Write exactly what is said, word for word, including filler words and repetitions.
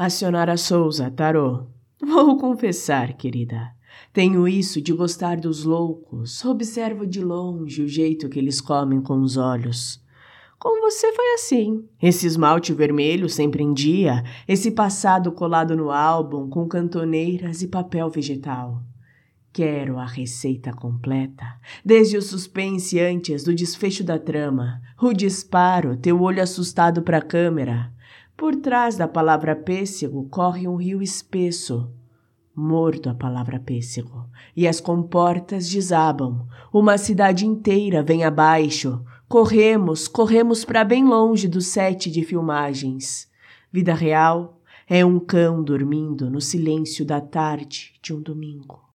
Acionar a Souza, tarô. Vou confessar, querida. Tenho isso de gostar dos loucos. Observo de longe o jeito que eles comem com os olhos. Com você foi assim. Esse esmalte vermelho sempre em dia, esse passado colado no álbum com cantoneiras e papel vegetal. Quero a receita completa, desde o suspense antes do desfecho da trama, o disparo, teu olho assustado para a câmera. Por trás da palavra pêssego corre um rio espesso. Mordo a palavra pêssego, e as comportas desabam. Uma cidade inteira vem abaixo. Corremos, corremos para bem longe do set de filmagens. Vida real é um cão dormindo no silêncio da tarde de um domingo.